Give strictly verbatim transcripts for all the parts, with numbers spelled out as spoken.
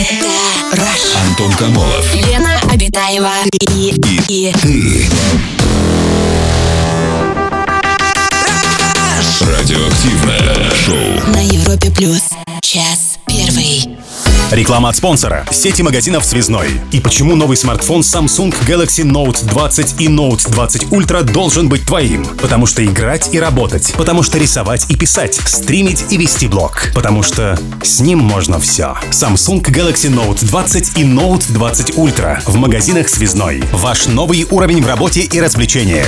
Это Rush. Антон Камолов, Лена Обитаева и, и, и ты. Радиоактивное шоу на Европе Плюс. Час первый. Реклама от спонсора. Сети магазинов «Связной». И почему новый смартфон Samsung Galaxy Note двадцать и Note двадцать Ultra должен быть твоим? Потому что играть и работать. Потому что рисовать и писать. Стримить и вести блог. Потому что с ним можно все. Samsung Galaxy Note двадцать и Note двадцать Ultra в магазинах «Связной». Ваш новый уровень в работе и развлечениях.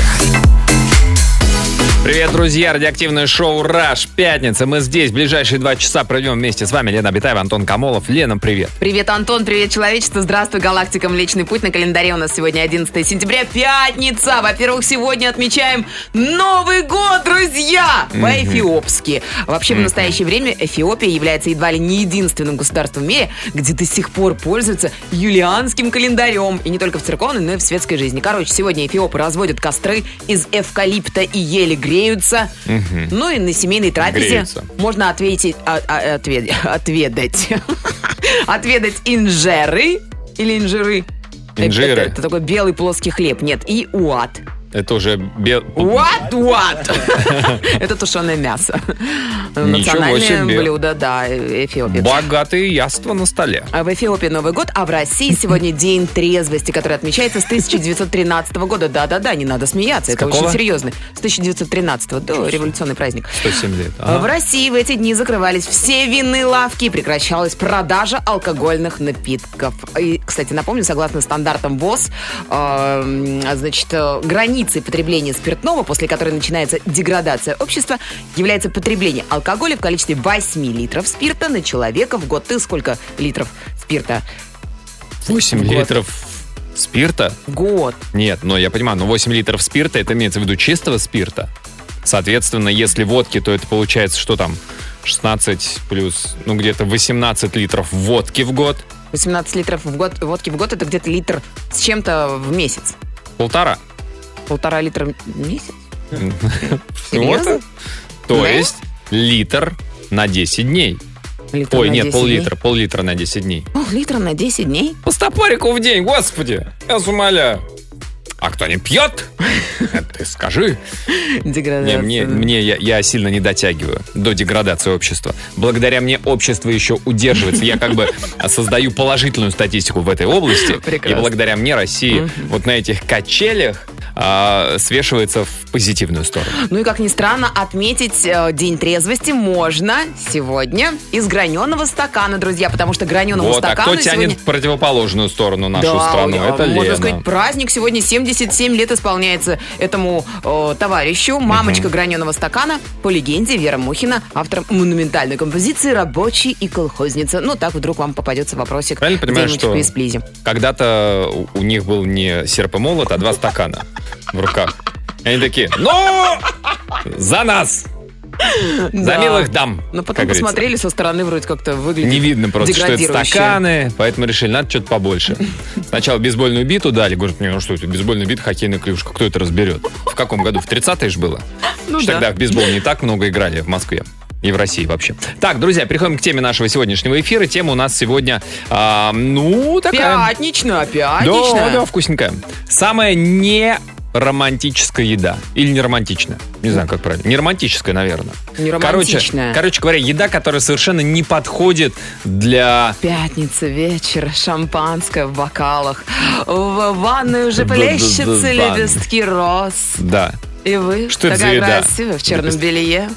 Привет, друзья! Радиоактивное шоу «Rush». Пятница. Мы здесь. Ближайшие два часа проведем вместе с вами. Лена Обитаева, Антон Камолов. Лена, привет. Привет, Антон. Привет, человечество. Здравствуй, галактика Млечный Путь. На календаре у нас сегодня одиннадцатое сентября. Пятница. Во-первых, сегодня отмечаем Новый год, друзья! Mm-hmm. По-эфиопски. Вообще, mm-hmm. в настоящее время Эфиопия является едва ли не единственным государством в мире, где до сих пор пользуются юлианским календарем. И не только в церковной, но и в светской жизни. Короче, сегодня эфиопы разводят костры из эвкалипта и ели, греются. Угу. Ну и на семейной трапезе греются. Можно ответить, а, а, отвед, отведать отведать инжеры или инжиры. Инжиры. Это, это, это такой белый плоский хлеб. Нет, и уат. Это уже бел... What? What? Это тушеное мясо. Национальное блюдо, да, Эфиопии. Богатые яства на столе. А в Эфиопии Новый год, а в России сегодня День трезвости, который отмечается с тысяча девятьсот тринадцатого года. Да-да-да, не надо смеяться, с это какого? Очень серьезно. С тысяча девятьсот тринадцатого, да, революционный праздник. сто семь лет. А? В России в эти дни закрывались все винные лавки и прекращалась продажа алкогольных напитков. И, кстати, напомню, согласно стандартам ВОЗ, э, значит, границы потребления спиртного, после которой начинается деградация общества, является потребление алкоголя в количестве восемь литров спирта на человека в год. Ты сколько литров спирта? восемь литров спирта? В год. Нет, но я понимаю, но восемь литров спирта, это имеется в виду чистого спирта. Соответственно, если водки, то это получается, что там, шестнадцать плюс, ну, где-то восемнадцать литров водки в год. восемнадцать литров в год, водки в год, это где-то литр с чем-то в месяц. Полтора. Полтора литра в месяц? Вот. То есть литр на десять дней. Литр Ой, на нет, пол-литра, дней? пол-литра на десять дней. Пол-литра на десять дней? По стопорику в день, господи, я вас умоляю. А кто не пьет, это ты скажи. Деградация. Не, мне, мне я, я сильно не дотягиваю до деградации общества. Благодаря мне общество еще удерживается. Я как бы создаю положительную статистику в этой области. Прекрасно. И благодаря мне Россия mm-hmm. вот на этих качелях а, свешивается в позитивную сторону. Ну и, как ни странно, отметить э, День трезвости можно сегодня из граненого стакана, друзья, потому что граненому вот, стакану а кто сегодня... тянет в противоположную сторону нашу да, страну? Это можно Лена. сказать, праздник. Сегодня семьдесят семь лет исполняется этому э, товарищу. Мамочка uh-huh. граненого стакана, по легенде, Вера Мухина, автор монументальной композиции «Рабочий и колхозница». Ну, так вдруг вам попадется вопросик. Правильно понимаю, что из когда-то у них был не серп и молот, а два стакана в руках. И они такие: ну, за нас! За да. милых дам. Но потом посмотрели со стороны, вроде как-то выглядит не видно просто, что это стаканы, поэтому решили, надо что-то побольше. Сначала бейсбольную биту дали. Говорят, не, ну что это, бейсбольная бита, хоккейная клюшка, кто это разберет? В каком году? В тридцатые же было? Ну, да. Тогда в бейсбол не так много играли в Москве. И в России вообще. Так, друзья, переходим к теме нашего сегодняшнего эфира. Тема у нас сегодня, а, ну, такая... Пятничная, пятничная. Да, да, вкусненькая. Самая не... романтическая еда. Или не романтичная. Не знаю, как правильно. Не романтическая, наверное. Не романтичная. Короче, короче говоря, еда, которая совершенно не подходит для... Пятница, вечер, шампанское в бокалах. В ванной уже плещутся лепестки роз. Да. И вы что такая красивая в черном белье.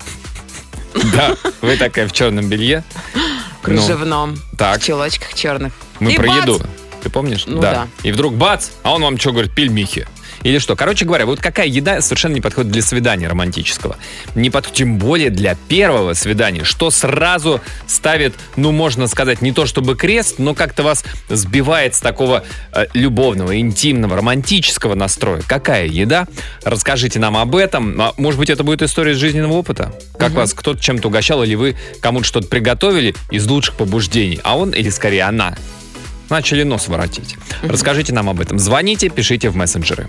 Да, вы такая в черном белье. Кружевном. В чулочках черных. Мы про еду. Ты помнишь? Ну да. И вдруг бац, а он вам что говорит? Пельмихи. Или что? Короче говоря, вот какая еда совершенно не подходит для свидания романтического. Не подходит, тем более для первого свидания, что сразу ставит, ну, можно сказать, не то чтобы крест, но как-то вас сбивает с такого э, любовного, интимного, романтического настроя. Какая еда? Расскажите нам об этом. А, может быть, это будет история из жизненного опыта? Как угу. вас кто-то чем-то угощал, или вы кому-то что-то приготовили из лучших побуждений, а он, или скорее она, начали нос воротить. Mm-hmm. Расскажите нам об этом. Звоните, пишите в мессенджеры.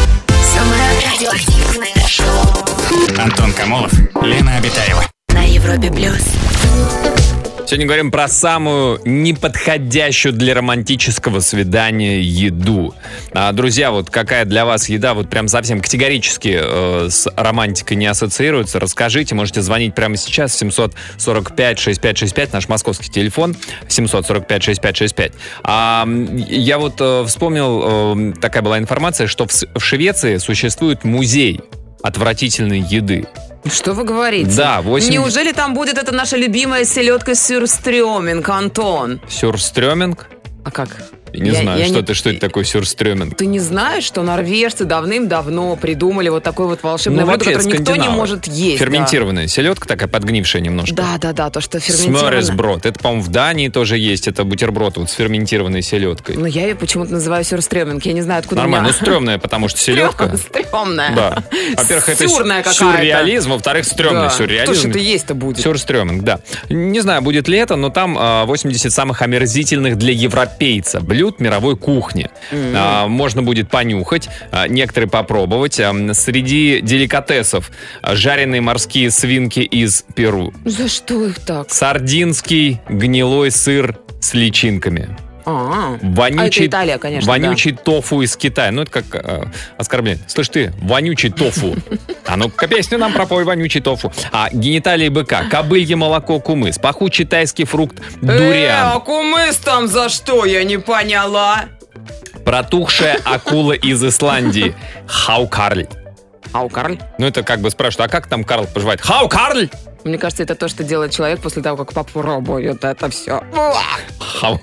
Самое радиоактивное шоу. Антон Камолов, Лена Обитаева. На Европе Европе плюс. Сегодня говорим про самую неподходящую для романтического свидания еду. А, друзья, вот какая для вас еда вот прям совсем категорически э, с романтикой не ассоциируется, расскажите. Можете звонить прямо сейчас. семьсот сорок пять шестьдесят пять шестьдесят пять, наш московский телефон. семьсот сорок пять шестьдесят пять шестьдесят пять. А, я вот э, вспомнил, э, такая была информация, что в, в Швеции существует музей отвратительной еды. Что вы говорите? Да, восемь... Неужели там будет эта наша любимая селедка сюрстрёминг, Антон? Сюрстрёминг? А как? Я не Я- знаю, я что не- ты, что это такое сюрстрёминг. Ты не знаешь, что норвежцы давным-давно придумали вот такое вот волшебное блюдо, вообще, которое никто не скандинавы. может есть? Ферментированная селедка такая подгнившая немножко. Да, да, да, то, что ферментировано. Сморесброд. Это, по-моему, в Дании тоже есть. Это бутерброд вот с ферментированной селедкой. Ну, я ее почему-то называю сюрстрёминг. Я не знаю, откуда Нормально. у Ну, меня... стрёмная, потому что селедка. Стрёмная. Да. Во-первых, это Сюрная сю- какая-то. сюрреализм. Во-вторых, стрёмный Да. Что сюрреализм. ж это есть-то будет? Сюрстрёминг, да. Не знаю, будет ли это, но там а, восемьдесят самых омерзительных для европейца блюд мировой кухни. А, можно будет понюхать, а, некоторые попробовать. А, среди деликатесов а, жареные морские свинки из Перу. За что их так? Сардинский гнилой сыр с личинками. А, Вонючий, а это Италия, конечно, вонючий тофу из Китая. Ну, это как э, оскорбление. Слышь ты, вонючий тофу. А ну-ка песню нам пропой, вонючий тофу. А гениталии быка, кобылье молоко кумыс, пахучий тайский фрукт Э, дуриан, а кумыс там за что? Я не поняла. протухшая акула из Исландии, хау Карль. Ау, Карль? Ну, это как бы спрашивают, а как там Карл поживает? Хау Карль! Мне кажется, это то, что делает человек после того, как попробует это все. Хау,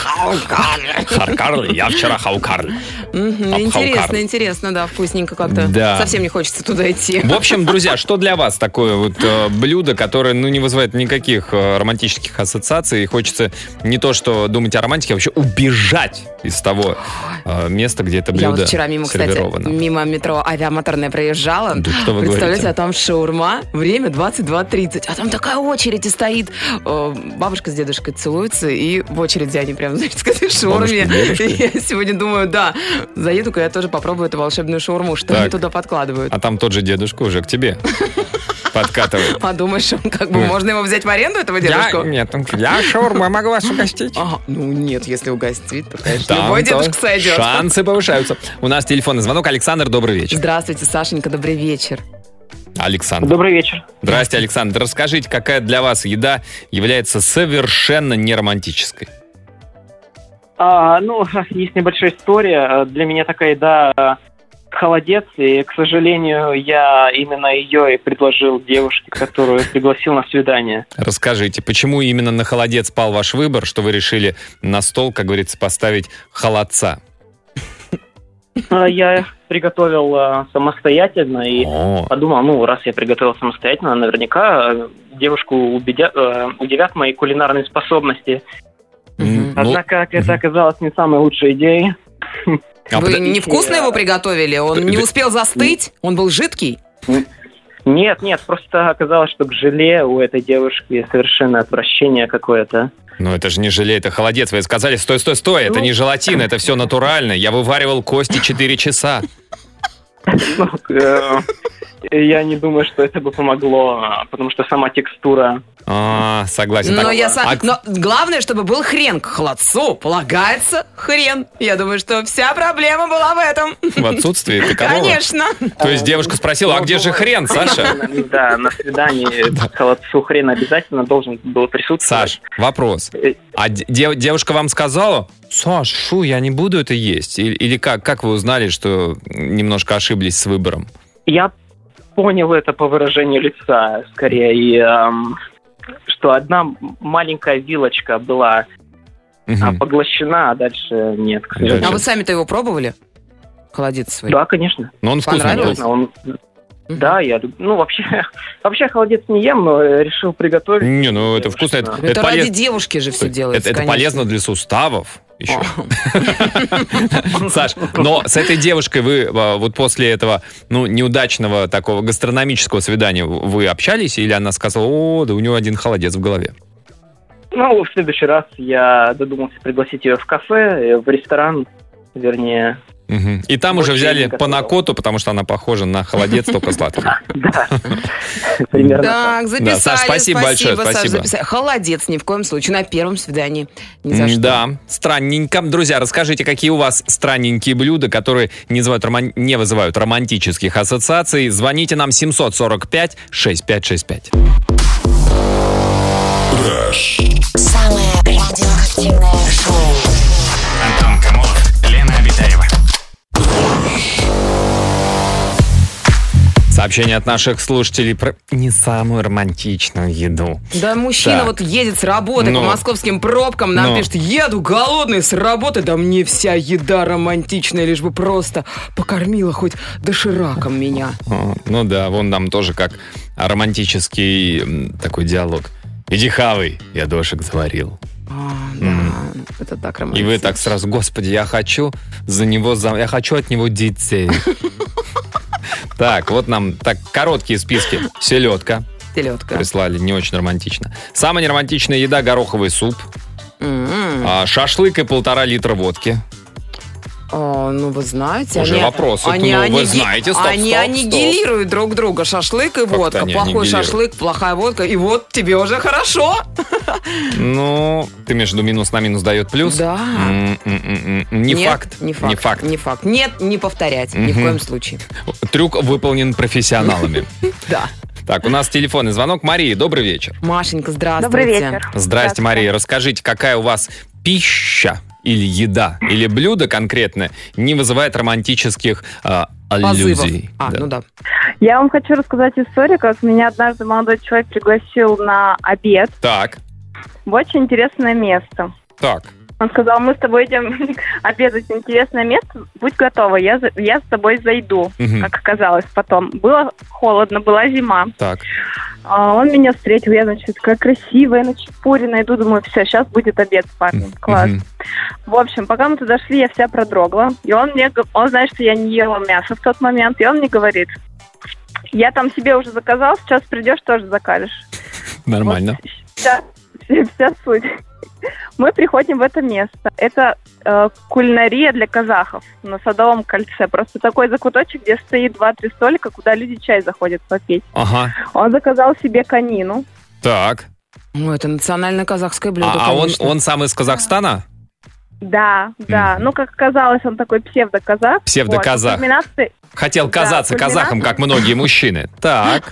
Хар Карль, я вчера хау Карль. Ап, Интересно, Карль. интересно, да, вкусненько как-то. Да. Совсем не хочется туда идти. В общем, друзья, что для вас такое вот э, блюдо, которое, ну, не вызывает никаких э, романтических ассоциаций, и хочется не то, что думать о романтике, а вообще убежать из того э, места, где это блюдо Я вот вчера мимо, кстати, сервировано. мимо метро Авиамоторное проезжала. Да что вы Представляете, говорите? а там шаурма, время двадцать два тридцать, а там такая очередь и стоит. Э, Бабушка с дедушкой целуются, и в очереди они прям, знаете, к этой шаурме. Бабушка с дедушкой? И я сегодня думаю, да, заеду-ка я тоже попробую эту волшебную шаурму, что Так. они туда подкладывают. А там тот же дедушка уже к тебе подкатывает. А думаешь, он как бы Ой. можно его взять в аренду, этого дедушку? Я, нет, я шаурма могу вас угостить. Ага, ну нет, если угостить, то, конечно, Там любой то дедушка сойдет. шансы повышаются. У нас телефонный звонок. Александр, добрый вечер. Здравствуйте, Сашенька, добрый вечер. Александр. Добрый вечер. Здрасте, Александр. Расскажите, какая для вас еда является совершенно неромантической? А, ну, есть небольшая история. Для меня такая еда а, холодец, и, к сожалению, я именно ее и предложил девушке, которую пригласил на свидание. Расскажите, почему именно на холодец пал ваш выбор, что вы решили на стол, как говорится, поставить холодца? А, Я их приготовил а, самостоятельно и О, подумал, ну, раз я приготовил самостоятельно, наверняка а, девушку убедя- а, удивят мои кулинарные способности. м, ну, Однако, как это оказалось не самой лучшей идеей. а Вы под- невкусно его приготовили? Он не Да- успел застыть? Он был жидкий? Нет, нет, просто оказалось, что к желе у этой девушки совершенно отвращение какое-то. Ну, это же не желе, это холодец. Вы сказали, стой, стой, стой, это не желатин, это все натурально. Я вываривал кости четыре часа. Ну, э, Я не думаю, что это бы помогло, потому что сама текстура... А, согласен. Но, Так, я сам... а- Но главное, чтобы был хрен. К холодцу полагается хрен. Я думаю, что вся проблема была в этом. В отсутствии такового? Конечно. То есть девушка спросила, а где же хрен, Саша? Да, на свидании к холодцу хрен обязательно должен был присутствовать. Саш, вопрос. А де- девушка вам сказала, Саш, фу, я не буду это есть? Или, или как, как вы узнали, что немножко ошиблись с выбором? Я понял это по выражению лица, скорее, и, эм, что одна маленькая вилочка была Мгм. а, поглощена, а дальше нет, к Дальше. сожалению. А вы сами-то его пробовали? Холодец свой? Да, конечно. Но он вкусный был. Понравилось? Конечно, он... Мгм. Да, я люб- ну вообще, вообще холодец не ем, но решил приготовить. Не, ну это вкусно. Это, Это, это ради полез- девушки же все делается, это- это конечно. полезно для суставов еще. О. Саш, но с этой девушкой вы а, вот после этого, ну, неудачного такого гастрономического свидания вы общались, или она сказала, о, да у него один холодец в голове? Ну, в следующий раз я додумался пригласить ее в кафе, э, в ресторан, вернее, Мгм. И там уже Вот взяли я не готова. панакоту, потому что она похожа на холодец, только сладкий. Да, примерно так. Так, записали. Саш, спасибо большое, Саш, спасибо. записали. Холодец ни в коем случае. На первом свидании. Ни за М, что. Да, странненько. Друзья, расскажите, какие у вас странненькие блюда, которые не вызывают, роман- не вызывают романтических ассоциаций. Звоните нам семьсот сорок пять шестьдесят пять шестьдесят пять. Самое радиоактивное шоу. Антон Камолов, Лена Обитаева. Сообщение от наших слушателей про не самую романтичную еду. Да, мужчина Так. вот едет с работы Ну. по московским пробкам, нам Ну. пишет, еду голодный с работы, да мне вся еда романтичная, лишь бы просто покормила хоть дошираком меня. О, ну да, вон нам тоже как романтический м, такой диалог. Иди хавай, я дошик заварил. А, да, это так И романтично. вы так сразу, господи, я хочу за него, за... я хочу от него детей. Так, вот нам так короткие списки. Селедка Селедка. прислали, не очень романтично. Самая неромантичная еда — гороховый суп. М-м. А, шашлык и полтора литра водки. А, ну, вы знаете... Уже они- вопросы. Они, Ну, вы анниги- знаете, стоп, они стоп, аннигилируют друг друга. Шашлык и Как-то водка. они Плохой аннигилируют. шашлык, плохая водка. И вот тебе уже хорошо. Ну, ты имеешь в виду минус на минус дает плюс? Да. М-м-м-м. Не Нет, факт. Не факт. Не факт. Не факт. Нет, не повторять. Ни в Мгм. коем случае. Трюк выполнен профессионалами. Да. Так, у нас телефонный звонок. Мария, добрый вечер. Машенька, здравствуйте. Добрый вечер. Здрасте, Здравствуйте. Мария. Расскажите, какая у вас пища или еда, или блюдо конкретное не вызывает романтических а, Позывов. аллюзий? А, Да. ну да. Я вам хочу рассказать историю, как меня однажды молодой человек пригласил на обед Так, в очень интересное место. так. Он сказал, мы с тобой идем обедать в интересное место, будь готова, я, за- я с тобой зайду, Мгм. как оказалось потом. Было холодно, была зима. Так. А он меня встретил, я, значит, такая красивая, начепуренная, иду, думаю, все, сейчас будет обед с парнем, класс. Мгм. В общем, пока мы туда шли, я вся продрогла. И он мне, г- он знает, что я не ела мясо в тот момент, и он мне говорит, я там себе уже заказал, сейчас придешь, тоже закажешь. Нормально. Вот вся, вся- вся суть. Мы приходим в это место. Это э, кулинария для казахов на Садовом кольце. Просто такой закуточек, где стоит два-три столика, куда люди чай заходят попить. Ага. Он заказал себе конину. Так. Ну, это национальное казахское блюдо, А, а он, конечно. он сам из Казахстана? Да, да. Мгм. Ну, как оказалось, он такой псевдоказах. Псевдоказах. Вот. Кульминация, Хотел Да, казаться кульминация. казахом, как многие мужчины. Так.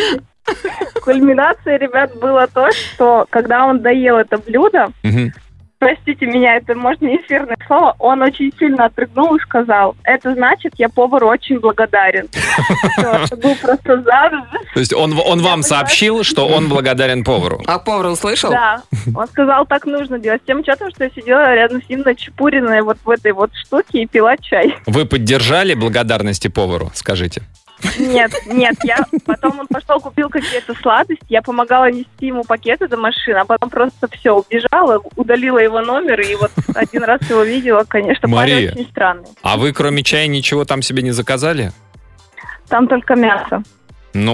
кульминация, ребят, было то, что когда он доел это блюдо, Мгм. простите меня, это, может, не эфирное слово, он очень сильно отрыгнул и сказал, это значит, я повару очень благодарен. Всё, это был просто заработок. То есть он, он вам сообщил, что он благодарен повару? А повар услышал? Да, он сказал, так нужно делать. С тем учетом, что я сидела рядом с ним начепуренная вот в этой вот штуке и пила чай. Вы поддержали благодарности повару, скажите? Нет, нет, я потом он пошел, купил какие-то сладости, я помогала нести ему пакеты до машины, а потом просто все, убежала, удалила его номер, и вот один раз его видела, конечно, Мария. парень очень странный. А вы, кроме чая, ничего там себе не заказали? Там только мясо. Ну,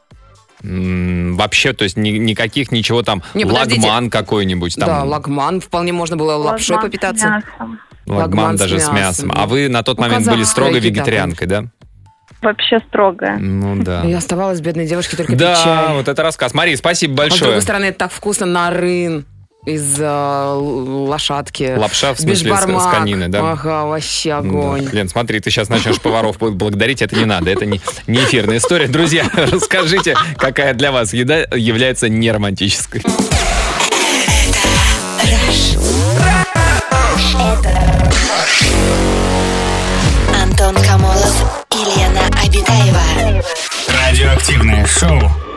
м, вообще, то есть ни- никаких ничего там, Не, подождите. лагман какой-нибудь там. Да, лагман. Вполне можно было лапшой Лагман с попитаться. мясом. Лагман лагман с даже с мясом. мясом. А вы на тот Ну, момент были казахская строгой еда, вегетарианкой, да? Вообще строгая. Ну да. И оставалось бедной девушке только пить Да, чай. вот это рассказ. Мария, спасибо А с большое. другой стороны, это так вкусно на рын из э, л- лошадки. Лапша, в смысле, с, с Бешбармак. конины, да? Ага, вообще огонь. Да. Лен, смотри, ты сейчас начнешь поваров благодарить, это не надо, это не, не эфирная история. Друзья, расскажите, какая для вас еда является неромантической. Антон Камолов и Лена Обитаева. Радиоактивное шоу.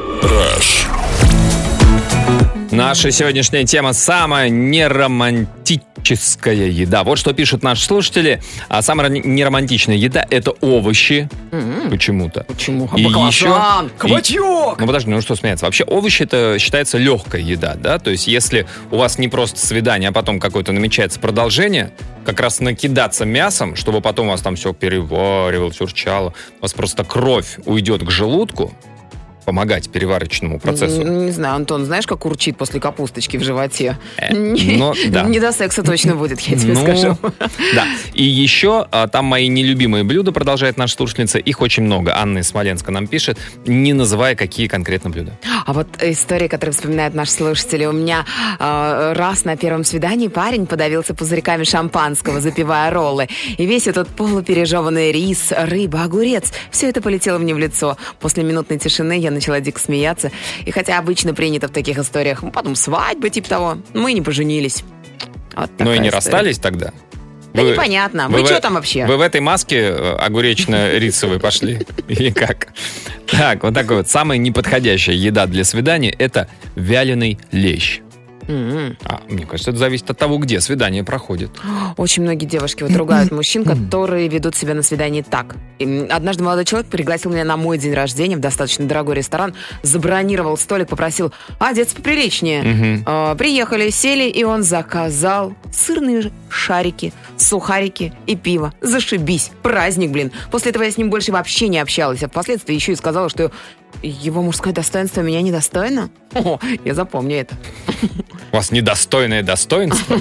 Наша сегодняшняя тема — самая неромантическая еда. Вот что пишут наши слушатели. А самая неромантичная еда — это овощи. М-м. Почему-то. Почему? И Баклажан, еще- кабачок! Ну подожди, ну что смеяться? Вообще овощи — это считается легкая еда, да? То есть если у вас не просто свидание, а потом какое-то намечается продолжение, как раз накидаться мясом, чтобы потом у вас там все переваривалось, урчало, у вас просто кровь уйдет к желудку, помогать переварочному процессу. Не, не знаю, Антон, знаешь, как урчит после капусточки в животе? Э, но, да. Не до секса точно будет, я тебе ну, скажу. Да. И еще а, там мои нелюбимые блюда, продолжает наша слушательница. Их очень много. Анна из Смоленска нам пишет, не называя, какие конкретно блюда. А вот история, которую вспоминают наши слушатели. У меня э, раз на первом свидании парень подавился пузырьками шампанского, запивая роллы. И весь этот полупережеванный рис, рыба, огурец, все это полетело мне в лицо. После минутной тишины я начала дико смеяться. И хотя обычно принято в таких историях, потом свадьба типа того, мы не поженились. Вот ну и не история. Расстались тогда? Да вы, непонятно. Вы, вы что там вообще? Вы в этой маске огуречно-рисовой пошли? Или как? Так, вот такой вот. Самая неподходящая еда для свидания – это вяленый лещ. Mm-hmm. А, мне кажется, это зависит от того, где свидание проходит. Очень многие девушки вот ругают мужчин, которые ведут себя на свидании так. И однажды молодой человек пригласил меня на мой день рождения в достаточно дорогой ресторан, забронировал столик, попросил одеться поприличнее. Mm-hmm. А, приехали, сели, и он заказал сырные шарики, сухарики и пиво. Зашибись, праздник, блин. После этого я с ним больше вообще не общалась, а впоследствии еще и сказала, что его мужское достоинство меня недостойно. О, я запомню это. У вас недостойное достоинство?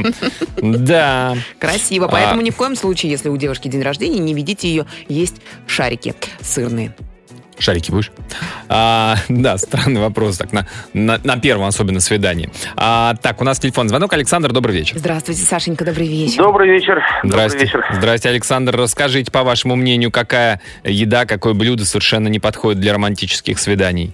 Да. Красиво. Поэтому ни в коем случае, если у девушки день рождения, не ведите ее есть шарики сырные. Шарики будешь? А, да, странный вопрос. Так, на, на, на первом особенно свидании. А, так, у нас телефон звонок. Александр, добрый вечер. Здравствуйте, Сашенька, добрый вечер. Добрый вечер. Здрасте. Добрый вечер. Здрасте, Александр. Расскажите, по вашему мнению, какая еда, какое блюдо совершенно не подходит для романтических свиданий?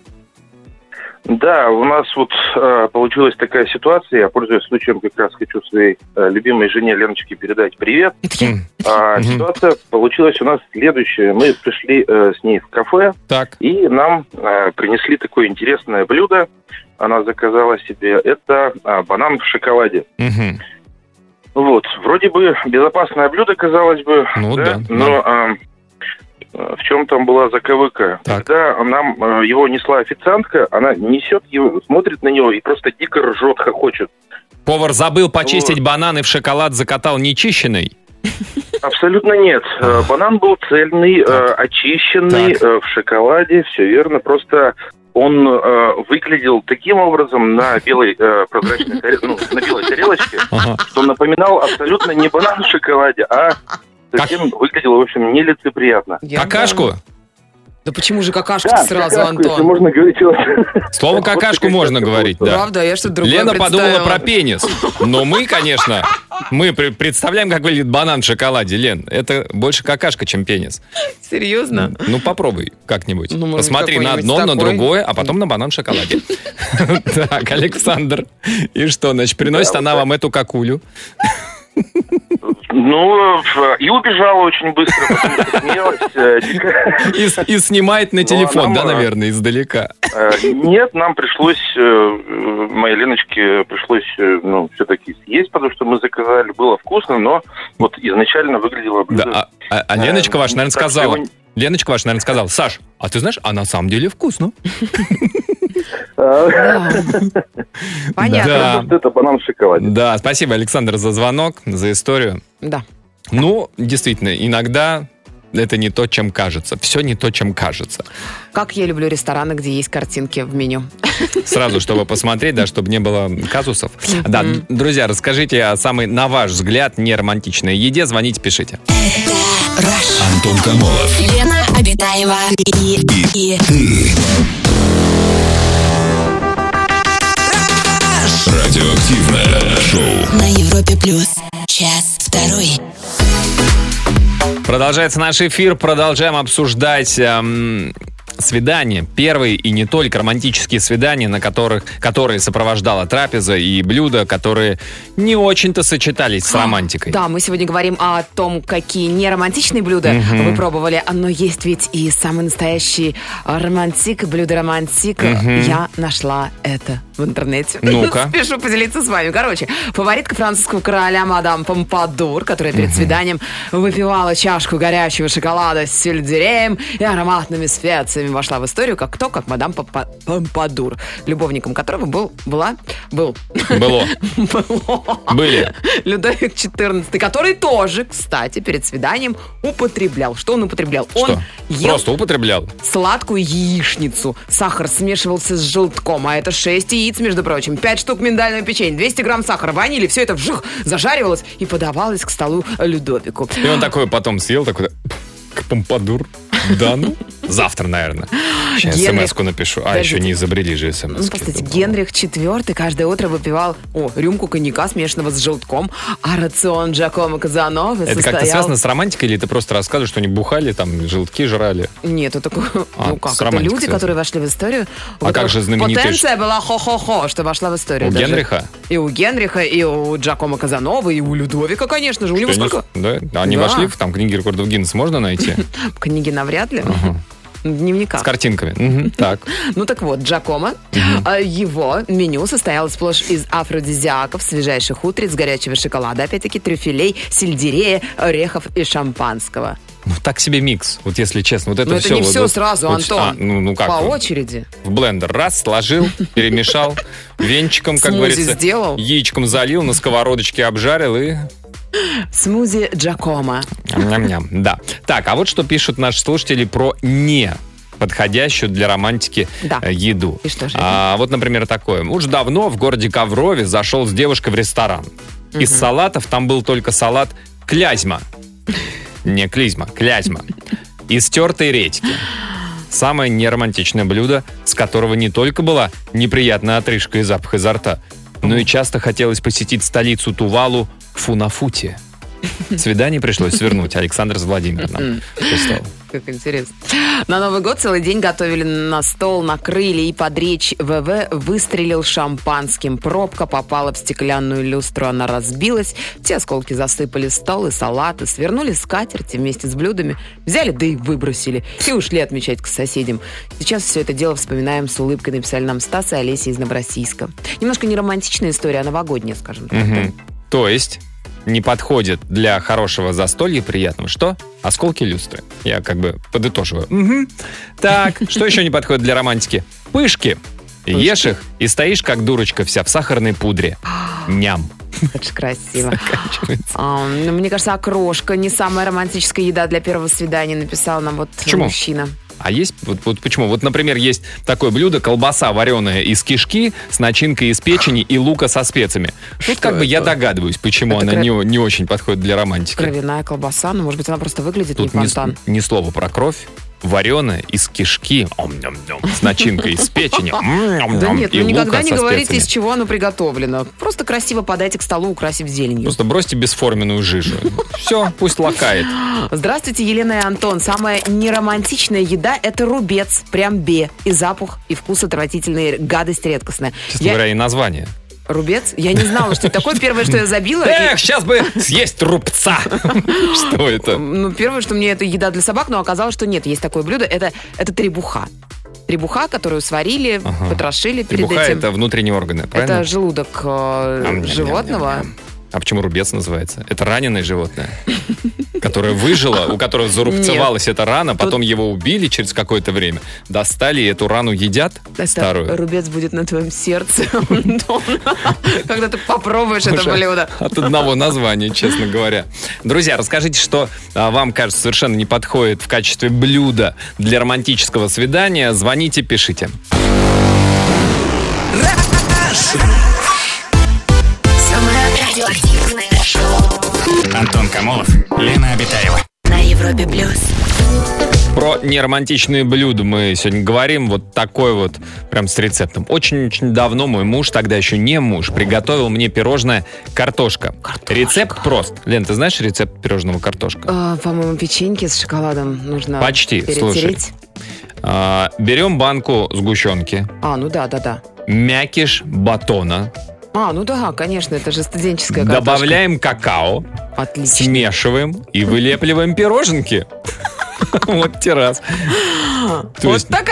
Да, у нас вот э, получилась такая ситуация. Я, пользуясь случаем, как раз хочу своей э, любимой жене Леночке передать привет. А, ситуация получилась у нас следующая. Мы пришли э, с ней в кафе, так. и нам э, принесли такое интересное блюдо. Она заказала себе, это э, банан в шоколаде. Угу. Вот, вроде бы безопасное блюдо, казалось бы, ну, да, да, но... Э, в чем там была заковыка? Так. Когда нам э, его несла официантка, она несет его, смотрит на него и просто дико ржет, хохочет. Повар забыл почистить вот. банан и в шоколад закатал нечищенный? Абсолютно нет. Э, банан был цельный, э, очищенный, э, в шоколаде, все верно. Просто он э, выглядел таким образом на белой э, прозрачной таре... ну, на белой тарелочке, ага. что напоминал абсолютно не банан в шоколаде, а совсем как... выглядело, в общем, нелицеприятно. Я какашку? Да. да почему же какашку да, сразу, какашку, Антон? Если можно говорить... Слово какашку вот можно говорить, да. Правда, я что-то другое Лена представила. подумала про пенис. Но мы, конечно, мы представляем, как выглядит банан в шоколаде, Лен. Это больше какашка, чем пенис. Серьезно? Ну, попробуй как-нибудь. Ну, посмотри на одно, такой... на другое, а потом на банан в шоколаде. Так, Александр. И что, значит, приносит она вам эту какулю? Ну, и убежала очень быстро, потому что смеялась. И, и снимает на телефон, нам, да, наверное, издалека? Нет, нам пришлось, моей Леночке пришлось, ну, все-таки съесть, потому что мы заказали, было вкусно, но вот изначально выглядело блюдо... Да, а, а Леночка ваша, наверное, сказала... Леночка ваша, наверное, сказала: Саш, а ты знаешь, а на самом деле вкусно. Понятно. Это банан в шоколаде. Да, спасибо, Александр, за звонок, за историю. Да. Ну, действительно, иногда это не то, чем кажется. Все не то, чем кажется. Как я люблю рестораны, где есть картинки в меню. Сразу, чтобы посмотреть, да, чтобы не было казусов. Да, друзья, расскажите о самой, на ваш взгляд, неромантичной еде. Звоните, пишите. Антон Камолов. Лена Обитаева. И, и, и. Ты. Радиоактивное шоу. На Европе Плюс. Час второй. Продолжается наш эфир. Продолжаем обсуждать эм, свидания. Первые и не только романтические свидания, на которых, которые сопровождала трапеза, и блюда, которые не очень-то сочетались с романтикой. Да, мы сегодня говорим о том, какие неромантичные блюда Угу. вы пробовали. Но есть ведь и самый настоящий романтик, блюдо романтик. Угу. Я нашла это в в интернете. Ну-ка. Спешу поделиться с вами. Короче, фаворитка французского короля мадам Помпадур, которая перед свиданием выпивала чашку горячего шоколада с сельдереем и ароматными специями, вошла в историю как кто, как мадам Помпа- Помпадур, любовником которого был, была, был. Было. Было. Были. Людовик четырнадцатый, который тоже, кстати, перед свиданием употреблял. Что он употреблял? Что? Он ел Просто употреблял? сладкую яичницу. Сахар смешивался с желтком, а это шесть яиц, между прочим, пять штук миндального печенья, двести грамм сахара, ванили, все это вжух, зажаривалось и подавалось к столу Людовику. И он такой потом съел, такой, к Помпадур. Да ну? Завтра, наверное. Сейчас Генрих... смс-ку напишу. А, Подождите. еще не изобрели же смс-ки. Ну, кстати, Генрих четвёртый каждое утро выпивал о, рюмку коньяка, смешанного с желтком, а рацион Джакомо Казановы Это состоял... как-то связано с романтикой, или ты просто рассказываешь, что они бухали, там, желтки жрали? Нет, это такое... А, ну как, с это романтикой люди, связано. которые вошли в историю. А Вот как же знаменитые... Потенция была хо-хо-хо, что вошла в историю. У даже. Генриха? И у Генриха, и у Джакомо Казановы, и у Людовика, конечно же. У него Что, сколько? они- Да? Они Да. вошли в там книги рекордов Гиннесса, можно найти? Книги навряд ли. Дневника. С картинками. Мгм, Так. Ну так вот, Джакомо, а, его меню состояло сплошь из афродизиаков, свежайших утриц, горячего шоколада, опять-таки трюфелей, сельдерея, орехов и шампанского. Ну, так себе микс, вот если честно. Вот это Но это все, не вот- все вот- сразу, вот- Антон. а, ну, ну как? По очереди. В блендер раз, сложил, перемешал, венчиком, как Смузи говорится, сделал. яичком залил, на сковородочке обжарил и... Смузи Джакомо. Ням-ням, да. Так, а вот что пишут наши слушатели про не подходящую для романтики Да. э, еду. И что же А, вот, например, такое. Уж давно в городе Коврове зашел с девушкой в ресторан. Из салатов там был только салат клязьма. Не клизма, клязьма. Из тертой редьки. Самое неромантичное блюдо, с которого не только была неприятная отрыжка и запах изо рта, но и часто хотелось посетить столицу Тувалу Фунафути. Свидание пришлось свернуть. Александр с Владимиром прислал. Как интересно. На Новый год целый день готовили на стол, накрыли, и под речь ВВ выстрелил шампанским. Пробка попала в стеклянную люстру, она разбилась. Те осколки засыпали стол и салаты, свернули скатерти вместе с блюдами, взяли, да и выбросили. И ушли отмечать к соседям. Сейчас все это дело вспоминаем с улыбкой, написали нам Стас и Олеся из Новороссийска. Немножко не романтичная история, а новогодняя, скажем так. Мгм. То есть не подходит для хорошего застолья приятного. Что? Осколки люстры. Я как бы подытоживаю. Мгм. Так, что еще не подходит для романтики? Пышки. Ешь их и стоишь как дурочка вся в сахарной пудре. Ням. Это же красиво. А, ну, мне кажется, окрошка не самая романтическая еда для первого свидания, написал нам вот Почему? мужчина. А есть, вот, вот почему? Вот, например, есть такое блюдо, колбаса вареная из кишки с начинкой из печени и лука со специями. Тут как бы я догадываюсь, почему Это она кра- не, не очень подходит для романтики. Кровяная колбаса, ну, может быть, она просто выглядит Тут не ни, фонтан. ни слова про кровь. Вареная из кишки ом-ням-ням, с начинкой из печени. м-ням-ням, Да нет, и ну никогда лука не со говорите, специями. из чего оно приготовлено. Просто красиво подайте к столу, украсив зеленью. Просто бросьте бесформенную жижу. Все, пусть лакает. Здравствуйте, Елена и Антон. Самая неромантичная еда – это рубец. Прям бе. И запах, и вкус отвратительный, гадость редкостная. Честно Я- говоря, и название. Рубец? Я не знала, что это такое. Первое, что я забила... и- Эх, сейчас бы съесть рубца. Что это? Ну, первое, что мне это еда для собак, но оказалось, что нет, есть такое блюдо, это, это требуха. Требуха, которую сварили, Ага. потрошили перед Требуха — этим. это внутренние органы, правильно? Это желудок э, Ам-ням-ням-ням. животного. А почему рубец называется? Это раненое животное, которое выжило, у которого зарубцевалась эта рана, потом его убили через какое-то время, достали и эту рану едят Это старую. рубец будет на твоем сердце, Антон, когда ты попробуешь это Уже блюдо. От одного названия, честно говоря. Друзья, расскажите, что а, вам кажется совершенно не подходит в качестве блюда для романтического свидания. Звоните, пишите. Самое радиоактивное шоу Антон Камолов, Лена Обитаева. на Европе плюс. Про неромантичные блюда мы сегодня говорим. Вот такой вот, прям с рецептом. Очень-очень давно мой муж, тогда еще не муж, приготовил мне пирожное картошка. Картошка. Рецепт прост. Лен, ты знаешь рецепт пирожного картошка? А, по-моему, печеньки с шоколадом нужно Почти, перетереть. А, берем банку сгущенки, А, ну да, да, да. мякиш батона, А, ну да, конечно, это же студенческая картошка. добавляем какао, Отлично. смешиваем и вылепливаем пироженки. Вот те раз. То Вот есть такая картошка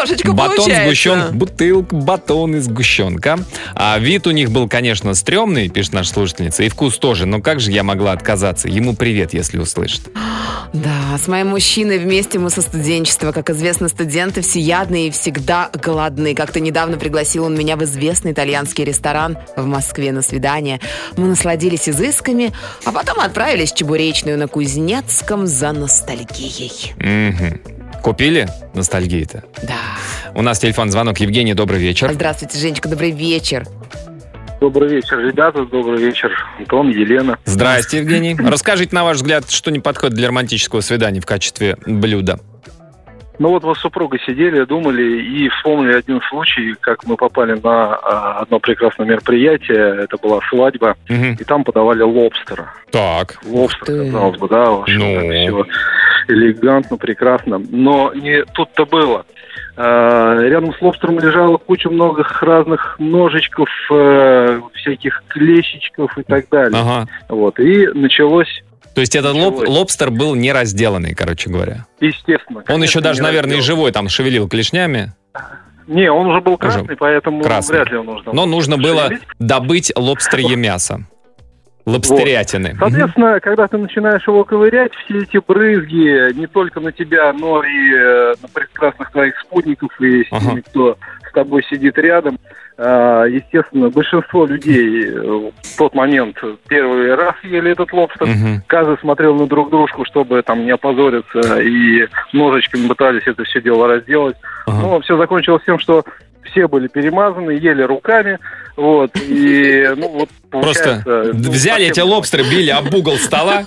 Немножечко Батон, получается. сгущенка, бутылка, батон и сгущенка. А вид у них был, конечно, стрёмный, пишет наша слушательница, и вкус тоже, но как же я могла отказаться? Ему привет, если услышит. Да, с моим мужчиной вместе мы со студенчества. Как известно, студенты всеядные и всегда голодны. Как-то недавно пригласил он меня в известный итальянский ресторан в Москве на свидание. Мы насладились изысками, а потом отправились в Чебуречную на Кузнецком за ностальгией. Угу. Купили ностальгии-то? Да. У нас телефон, звонок. Евгений, добрый вечер. Здравствуйте, Женечка, добрый вечер. Добрый вечер, ребята, добрый вечер, Антон, Елена. Здрасте, Евгений. Расскажите, на ваш взгляд, что не подходит для романтического свидания в качестве блюда? Ну вот вы с супругой сидели, думали и вспомнили один случай, как мы попали на а, одно прекрасное мероприятие, это была свадьба, угу. и там подавали лобстера. Так. Лобстер, казалось бы, да, ну. все элегантно, прекрасно, но не тут-то было. Рядом с лобстером лежала куча многих разных ножичков, э, всяких клещичков и так далее. Ага. Вот, и началось... То есть этот лоб, лобстер был не разделанный, короче говоря? Естественно. Он еще даже, наверное, разделан. и живой там шевелил клешнями? Не, он уже был красный, уже поэтому красный. вряд ли он нужно. Но нужно было шевелить. добыть лобстерье мясо. Лобстерятины. Вот. Соответственно, когда ты начинаешь его ковырять, все эти брызги не только на тебя, но и э, на прекрасных твоих спутников и с ага. теми, кто с тобой сидит рядом. Э, естественно, большинство людей в тот момент первый раз ели этот лобстер. Угу. Каждый смотрел на друг дружку, чтобы там не опозориться, и ножичками пытались это все дело разделать. Ага. Но все закончилось тем, что все были перемазаны, ели руками, вот, и, ну, вот, Просто ну, взяли эти лобстеры, били об угол стола.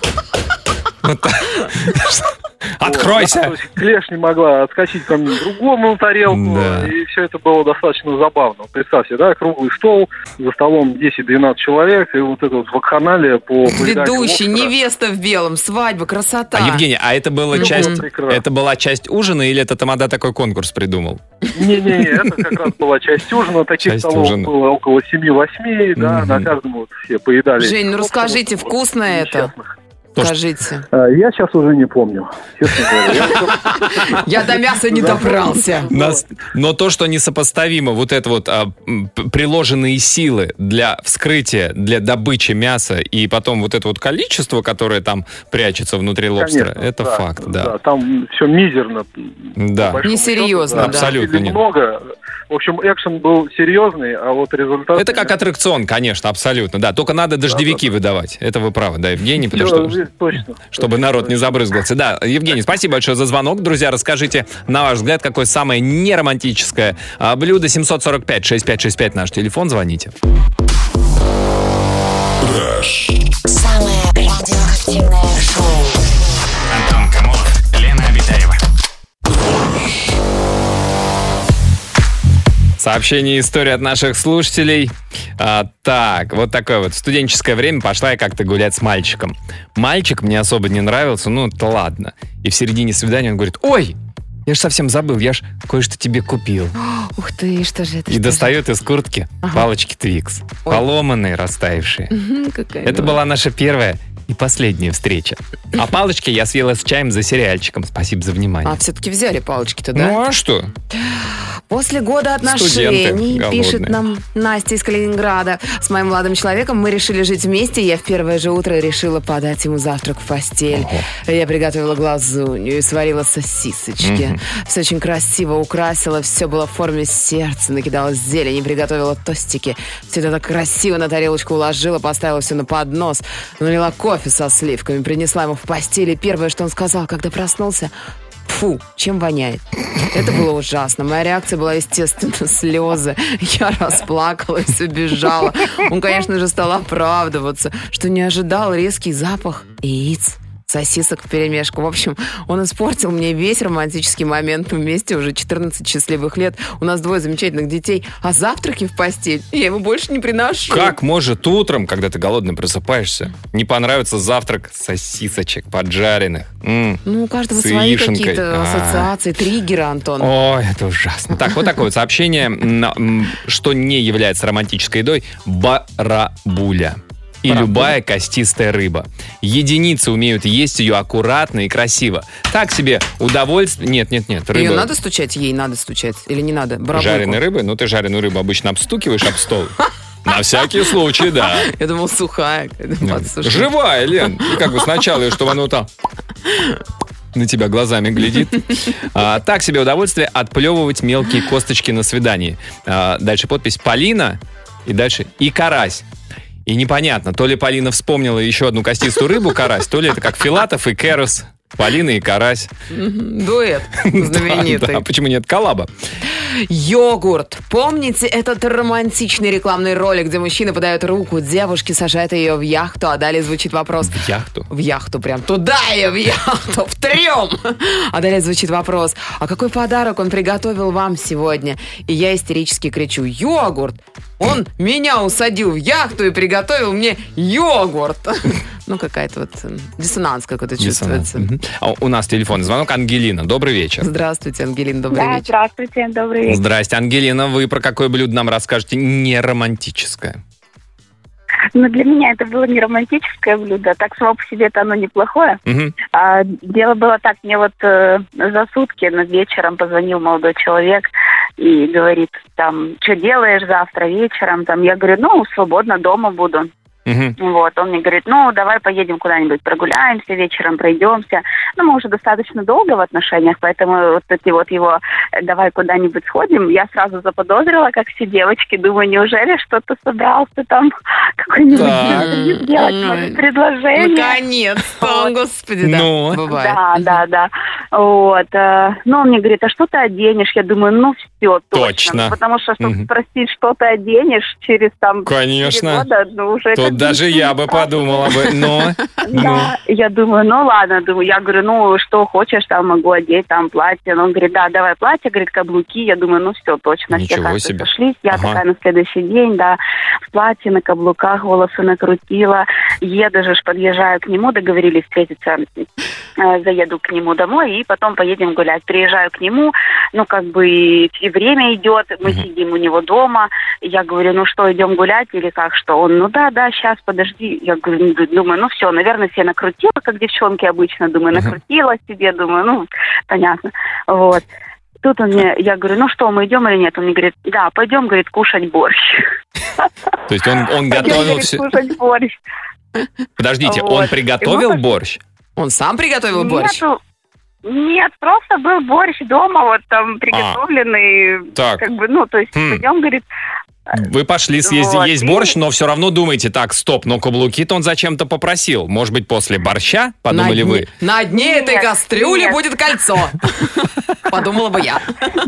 Откройся! Вот, да, то есть клешня могла отскочить ко мне другому на тарелку, да. И все это было достаточно забавно. Представьте, да, круглый стол, за столом десять-двенадцать человек, и вот это вот вакханалия по... Ведущий, невеста в белом, свадьба, красота. А, Евгений, а это была Ну, часть, прекрасно. это была часть ужина, или это Тамада такой конкурс придумал? Не-не-не, это как раз была часть ужина, таких Часть столов ужина. было около семь-восемь, да, Мгм. на каждом вот все поедали. Жень, ну расскажите, вкусно это? То, что- Скажите. А, Я сейчас уже не помню, честно говоря. Я до мяса не добрался. Нас- но то, что несопоставимо, вот это вот а, м, п- приложенные силы для вскрытия, для добычи мяса, и потом вот это вот количество, которое там прячется внутри лобстера, Конечно, это да, факт, да. Там все мизерно. Да. По большому Несерьезно, счету, да. Абсолютно Или нет. много. В общем, экшен был серьезный, а вот результат... Это как аттракцион, конечно, абсолютно, да. Только надо дождевики выдавать. Это вы правы, да, Евгений, потому Всё, что... точно. Чтобы народ не забрызгался. Да, Евгений, спасибо большое за звонок. Друзья, расскажите, на ваш взгляд, какое самое неромантическое а, блюдо? семь сорок пять шестьдесят пять шестьдесят пять наш телефон, звоните. Самое радиоактивное шоу. Антон Камолов, Лена Обитаева. Сообщение и история от наших слушателей. А, так, вот такое вот. В студенческое время пошла я как-то гулять с мальчиком. Мальчик мне особо не нравился, ну, это ладно. И в середине свидания он говорит: ой, я же совсем забыл, я ж кое-что тебе купил. Ух ты, что же это? И что достает из куртки Ага. палочки Твикс. Ой. Поломанные, растаявшие. же? Мгм, какая Это милая. была наша первая и последняя встреча. А палочки я съела с чаем за сериальчиком. Спасибо за внимание. А, все-таки взяли палочки-то, да? Ну а что? После года Студенты отношений, голодные. пишет нам Настя из Калининграда, с моим молодым человеком мы решили жить вместе, и я в первое же утро решила подать ему завтрак в постель. Я приготовила глазунью и сварила сосисочки. Мгм. Все очень красиво украсила, все было в форме сердца, накидала зелень и приготовила тостики. Все это так красиво на тарелочку уложила, поставила все на поднос, налила кофе со сливками, принесла ему в постель, и первое, что он сказал, когда проснулся: фу, чем воняет. Это было ужасно. Моя реакция была, естественно, слезы. Я расплакалась, убежала. Он, конечно же, стал оправдываться, что не ожидал резкий запах яиц, сосисок вперемешку. В общем, он испортил мне весь романтический момент. Мы вместе уже четырнадцать счастливых лет. У нас двое замечательных детей. А завтраки в постель я ему больше не приношу. Как может утром, когда ты голодный просыпаешься, не понравится завтрак сосисочек поджаренных? М. Ну, у каждого С свои яишенкой. какие-то А. ассоциации, триггеры, Антон. Ой, это ужасно. Так, вот такое вот сообщение, м, м, что не является романтической едой. Барабуля. и Правда. любая костистая рыба. Единицы умеют есть ее аккуратно и красиво. Так себе удовольствие... Нет, нет, нет. Ее Рыба... надо стучать? Ей надо стучать? Или не надо? Барабульку. Жареной рыбы? Ну, ты жареную рыбу обычно обстукиваешь об стол. На всякий случай, да. Я думал, сухая. Живая, Лен. И как бы сначала, и чтобы оно там... на тебя глазами глядит. А, так себе удовольствие отплевывать мелкие косточки на свидании. А, дальше подпись Полина. И дальше и карась. И непонятно, то ли Полина вспомнила еще одну костистую рыбу, карась, то ли это как Филатов и Керос. Полина и карась. Дуэт знаменитый. Да, да, почему нет коллаба? Йогурт. Помните этот романтичный рекламный ролик, где мужчина подает руку девушке, сажает ее в яхту, а далее звучит вопрос... В яхту? В яхту прям. Туда ее, в яхту, в трем. А далее звучит вопрос, а какой подарок он приготовил вам сегодня? И я истерически кричу, йогурт. Он меня усадил в яхту и приготовил мне йогурт. Ну, какая-то вот диссонанс какой-то чувствуется. А у нас телефонный звонок. Ангелина, добрый вечер. Здравствуйте, Ангелина, добрый Да, вечер. здравствуйте, добрый вечер. Здрасте, Ангелина. Вы про какое блюдо нам расскажете? Не романтическое. Но для меня это было не романтическое блюдо, так само по себе это оно неплохое. Угу. А, дело было так, мне вот э, за сутки на вечером позвонил молодой человек и говорит, там, что делаешь завтра вечером? Там, я говорю, ну, свободно дома буду. Угу. Вот, он мне говорит, ну, давай поедем куда-нибудь, прогуляемся вечером, пройдемся. Ну, мы уже достаточно долго в отношениях, поэтому вот эти вот его «давай куда-нибудь сходим», я сразу заподозрила, как все девочки, думаю, неужели что-то собрался там, какой-нибудь сделать мои предложение. Наконец-то, господи, да, Ну. бывает. Да, да, да. Вот. э, Ну, он мне говорит, а что ты оденешь? Я думаю, ну, все, точно. Точно. Потому что, чтобы Мгм. спросить, что ты оденешь через там Конечно. четыре года, ну, уже... Тут как бы даже я бы подумала бы. Но, ну, Да, я думаю, ну ладно, думаю, я говорю, ну что хочешь, там могу одеть, там платье. Он говорит, да, давай платье, говорит, каблуки. Я думаю, ну все, точно, все Ничего карты себе. сошлись. Я Ага. такая на следующий день, да, в платье, на каблуках, волосы накрутила. Еду же, ж, подъезжаю к нему, договорились встретиться, э, заеду к нему домой и потом поедем гулять. Приезжаю к нему, ну как бы и, и время идет, мы Мгм. сидим у него дома. Я говорю, ну что, идем гулять или как, что? Он, ну да, да, сейчас, подожди. Я говорю, ну, думаю, ну все, наверное, себе накрутила, как девчонки обычно, думаю, Мгм. накрутила себе, думаю, ну, понятно. Вот. Тут он мне, я говорю, ну что, мы идем или нет? Он мне говорит, да, пойдем, говорит, кушать борщ. то есть он, он Пойдем, готовил говорит, все... кушать борщ. Подождите, Вот. он И приготовил мы пошли. борщ? Он сам приготовил борщ? Нету- Нет, просто был борщ дома, вот там приготовленный, Так. как бы, ну, то есть, Хм. пойдем, говорит, Вы пошли съездить Вот, есть и- борщ, но все равно думаете, так, стоп, но каблуки-то он зачем-то попросил. Может быть, после борща, подумали на вы? дне, на дне этой Нет, кастрюли нет. будет кольцо. Подумала бы я.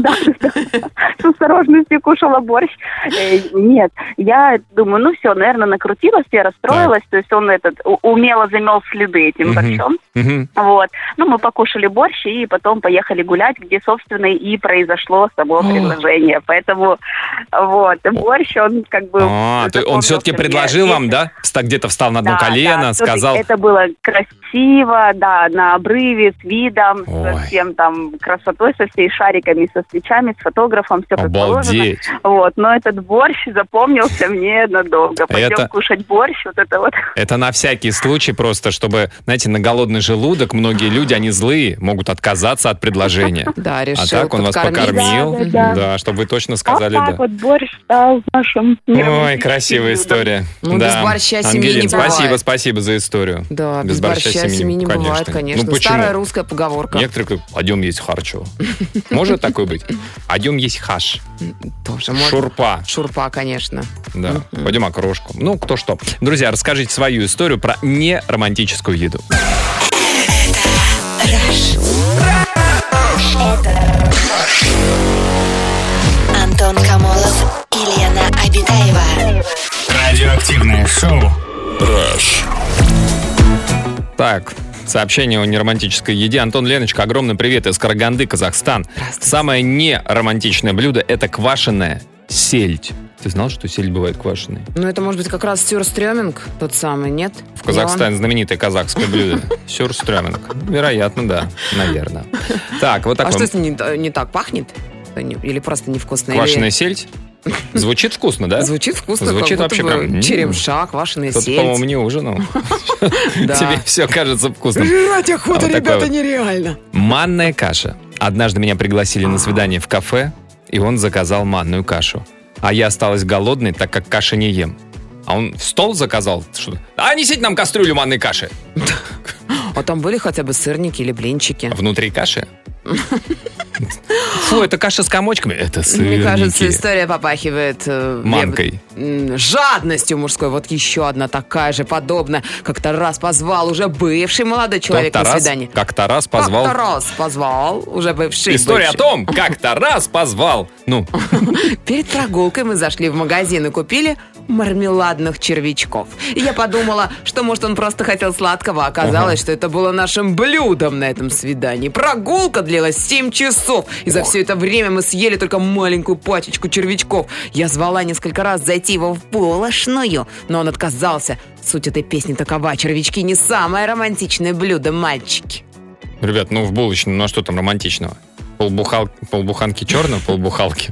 с осторожностью кушала борщ. Э, Нет, я думаю, ну все, наверное, накрутилась, я расстроилась, то есть он этот у- умело замел следы этим Мгм. борщом. Мгм. Вот. Ну, мы покушали борщ и потом поехали гулять, где, собственно, и произошло само О. предложение. Поэтому, вот, борщ, он как бы... А, то он все-таки запомнился мне. предложил вам, Если- да? Вста- Где-то встал на одно Да, колено, да, сказал... Это было красиво, да, на обрыве, с видом, Ой. со всем там красотой, со всей шариками, со свечами, с фотографом, все как положено. Обалдеть. Вот, но этот борщ запомнился мне надолго. Пойдем Это- кушать борщ, вот это вот. Это на всякий случай просто, чтобы, знаете, на голодный желудок многие люди, они злые, могут отказаться от предложения. Да, А решил так он вас подкормить. покормил, Да, да, да, да. чтобы вы точно сказали вот так да. вот борщ стал нашим Ой, неромантическим красивая блюдом. история. Ну, да. без борща семьи Ангелин, не спасибо, бывает. спасибо за историю. Да, без, борща, семьи не бывает, конечно. Ну, почему? Старая русская поговорка. Некоторые говорят, пойдем есть харчо. Может такое быть? Пойдем есть хаш. Тоже можно. Шурпа. Шурпа, конечно. Да. Пойдем окрошку. Ну, кто что. Друзья, расскажите свою историю про неромантическую еду. Антон Камолов и Лена Обитаева. Радиоактивное шоу. Rush. Так, сообщение о неромантической еде. Антон, Леночка, огромный привет из Караганды, Казахстан. Самое неромантичное блюдо – это квашеная сельдь. Ты знал, что сельдь бывает квашеной? Ну, это может быть как раз сюрстрёминг, тот самый, нет? В Казахстане знаменитое казахское блюдо. Сюрстрёминг. Вероятно, да. Наверное. Так, вот А такой. что, если не, не так пахнет? Или просто невкусно? Квашеная Или... сельдь? Звучит вкусно, да? Звучит вкусно, Звучит как будто вообще бы прям... черемша, квашеная Кто-то, сельдь. по-моему, не ужинал. Тебе все кажется вкусным. Жрать охота, Вот такое ребята, вот. нереально. Манная каша. Однажды меня пригласили на свидание в кафе, и он заказал манную кашу. А я осталась голодной, так как каши не ем. А он в стол заказал что-то. А несите нам кастрюлю манной каши. А там были хотя бы сырники или блинчики? Внутри каши? Фу, это каша с комочками. Это сырники. Мне кажется, история попахивает... э, Манкой. м, Жадностью мужской. Вот еще одна такая же подобная. Как-то раз позвал уже бывший молодой человек Как-то на раз- свидание. Как-то раз позвал... Как-то раз позвал уже бывший. История бывший. о том, как-то раз позвал. Ну, Перед прогулкой мы зашли в магазин и купили мармеладных червячков. И я подумала, что, может, он просто хотел сладкого, а оказалось, Ага. что это было нашим блюдом на этом свидании. Прогулка длилась семь часов, и за все это время мы съели только маленькую пачечку червячков. Я звала несколько раз зайти его в булочную, но он отказался. Суть этой песни такова: червячки не самое романтичное блюдо, мальчики. ребят, ну в булочную, ну а что там романтичного? Полбухал... Полбуханки черного, полбухалки.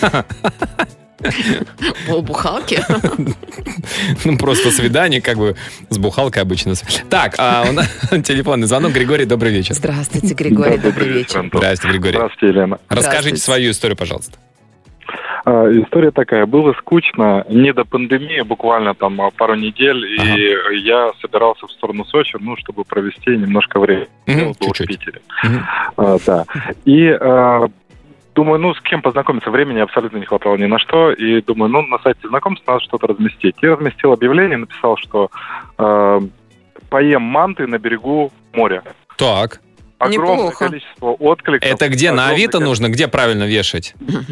Полбухалки? Ну, просто свидание, как бы, с бухалкой обычно. Так, а у нас телефонный звонок. Григорий, добрый вечер. Здравствуйте, Григорий, добрый вечер. Антон. Здравствуйте, Григорий. Здравствуйте, Елена. Расскажите Здравствуйте. свою историю, пожалуйста. А, история такая. Было скучно, не до пандемии, буквально там а, пару недель, и я собирался в сторону Сочи, ну, чтобы провести немножко времени. Мгм, Я был в чуть-чуть. Питере. Мгм. А, да. И а, думаю, ну, с кем познакомиться, времени абсолютно не хватало ни на что, и думаю, ну, на сайте знакомств надо что-то разместить. И разместил объявление, написал, что а, поем манты на берегу моря. Так, Огромное Неплохо. количество откликов. это где? На огромное Авито количество- нужно? Где правильно вешать?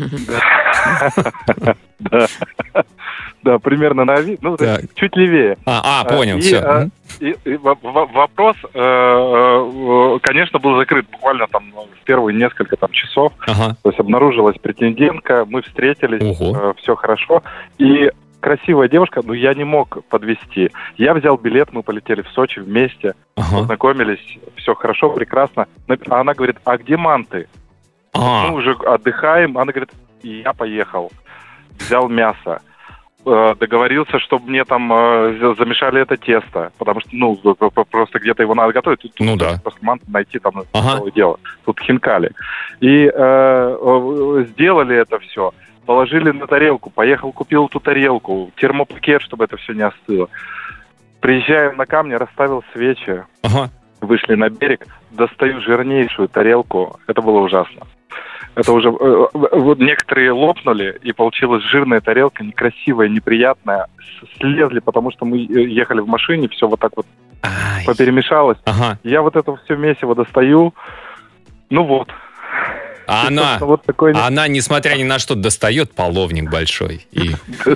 Да. Да, примерно на Авито, ну, Так. чуть левее. А, а, понял, И, все. а, и- и во- во- вопрос, э, э, конечно, был закрыт буквально там в первые несколько там часов. Ага. То есть обнаружилась претендентка, мы встретились, Ого. все хорошо. И красивая девушка, но я не мог подвести. Я взял билет, мы полетели в Сочи вместе, Ага. познакомились, все хорошо, прекрасно. А она говорит, а где манты? А, Мы уже отдыхаем. Она говорит, и я поехал. Взял мясо. Э, Договорился, чтобы мне там э, за- замешали это тесто. Потому что, ну, п- п- просто где-то его надо готовить. Тут Ну да. просто манты найти там Ага. целое дело. Тут хинкали. И э, э, сделали это все. Положили на тарелку. Поехал, купил эту тарелку. Термопакет, чтобы это все не остыло. Приезжаем на камни, расставил свечи. ага. Вышли на берег, достаю жирнейшую тарелку. Это было ужасно. Это уже... э, Вот некоторые лопнули, и получилась жирная тарелка, некрасивая, неприятная. С- Слезли, потому что мы э, ехали в машине, все вот так вот Ай. поперемешалось. Ага. Я вот это все месиво достаю. Ну вот. А она, Вот такой... а она, несмотря ни на что, достает половник большой. И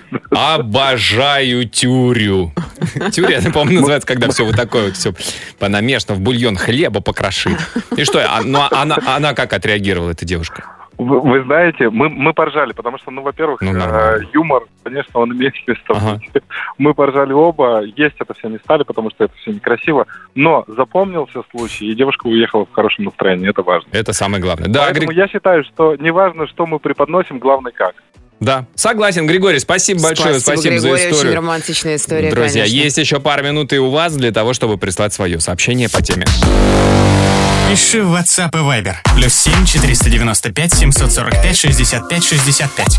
обожаю тюрю. Тюря, это, по-моему, называется, когда все вот такое вот все понамешано в бульон хлеба покрошит. И что, а- ну, а она, она как отреагировала, эта девушка? Вы, вы знаете, мы, мы поржали, потому что, ну, во-первых, Ну, э, нормально. юмор, конечно, он имеет место Ага. быть. Мы поржали оба, есть это все не стали, потому что это все некрасиво, но запомнился случай, и девушка уехала в хорошем настроении, это важно. Это самое главное. Да, Поэтому Гри- я считаю, что не важно, что мы преподносим, главное как. да, согласен, Григорий, спасибо большое, спасибо, Григорий, за очень историю. романтичная история, Друзья, конечно. есть еще пару минут и у вас для того, чтобы прислать свое сообщение по теме. Пиши в WhatsApp и Viber. Плюс семь четыреста девяносто пять семьсот сорок пять шестьдесят пять шестьдесят пять.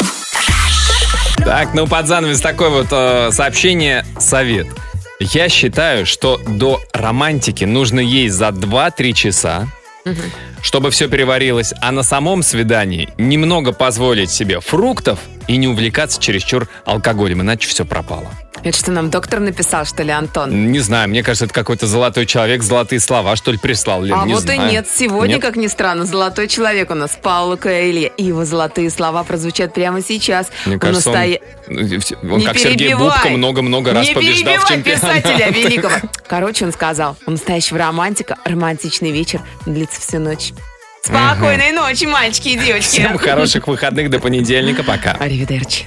Так, ну под занавес такое вот э, сообщение, совет. Я считаю, что до романтики нужно есть за два-три часа, чтобы все переварилось, а на самом свидании немного позволить себе фруктов и не увлекаться чересчур алкоголем, иначе все пропало. Это что, нам доктор написал, что ли, Антон? Не знаю, мне кажется, это какой-то золотой человек, золотые слова, что ли, прислал, Лен, А не вот знаю. и нет. Сегодня, Нет? как ни странно, золотой человек у нас, Пауло Коэльо. И его золотые слова прозвучат прямо сейчас. Мне Он кажется, он, настоя- он Не как Сергей перебивай! Бубка много-много раз Не побеждал в перебивай чемпионате. писателя великого. Короче, он сказал, у настоящего романтика романтичный вечер длится всю ночь. Спокойной ночи, мальчики и девочки. Всем хороших выходных до понедельника. Пока. Аривидерчи.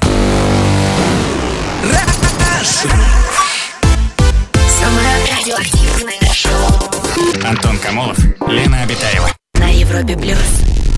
Самое радиоактивное шоу Антон Камолов, Лена Обитаева. на Европе плюс.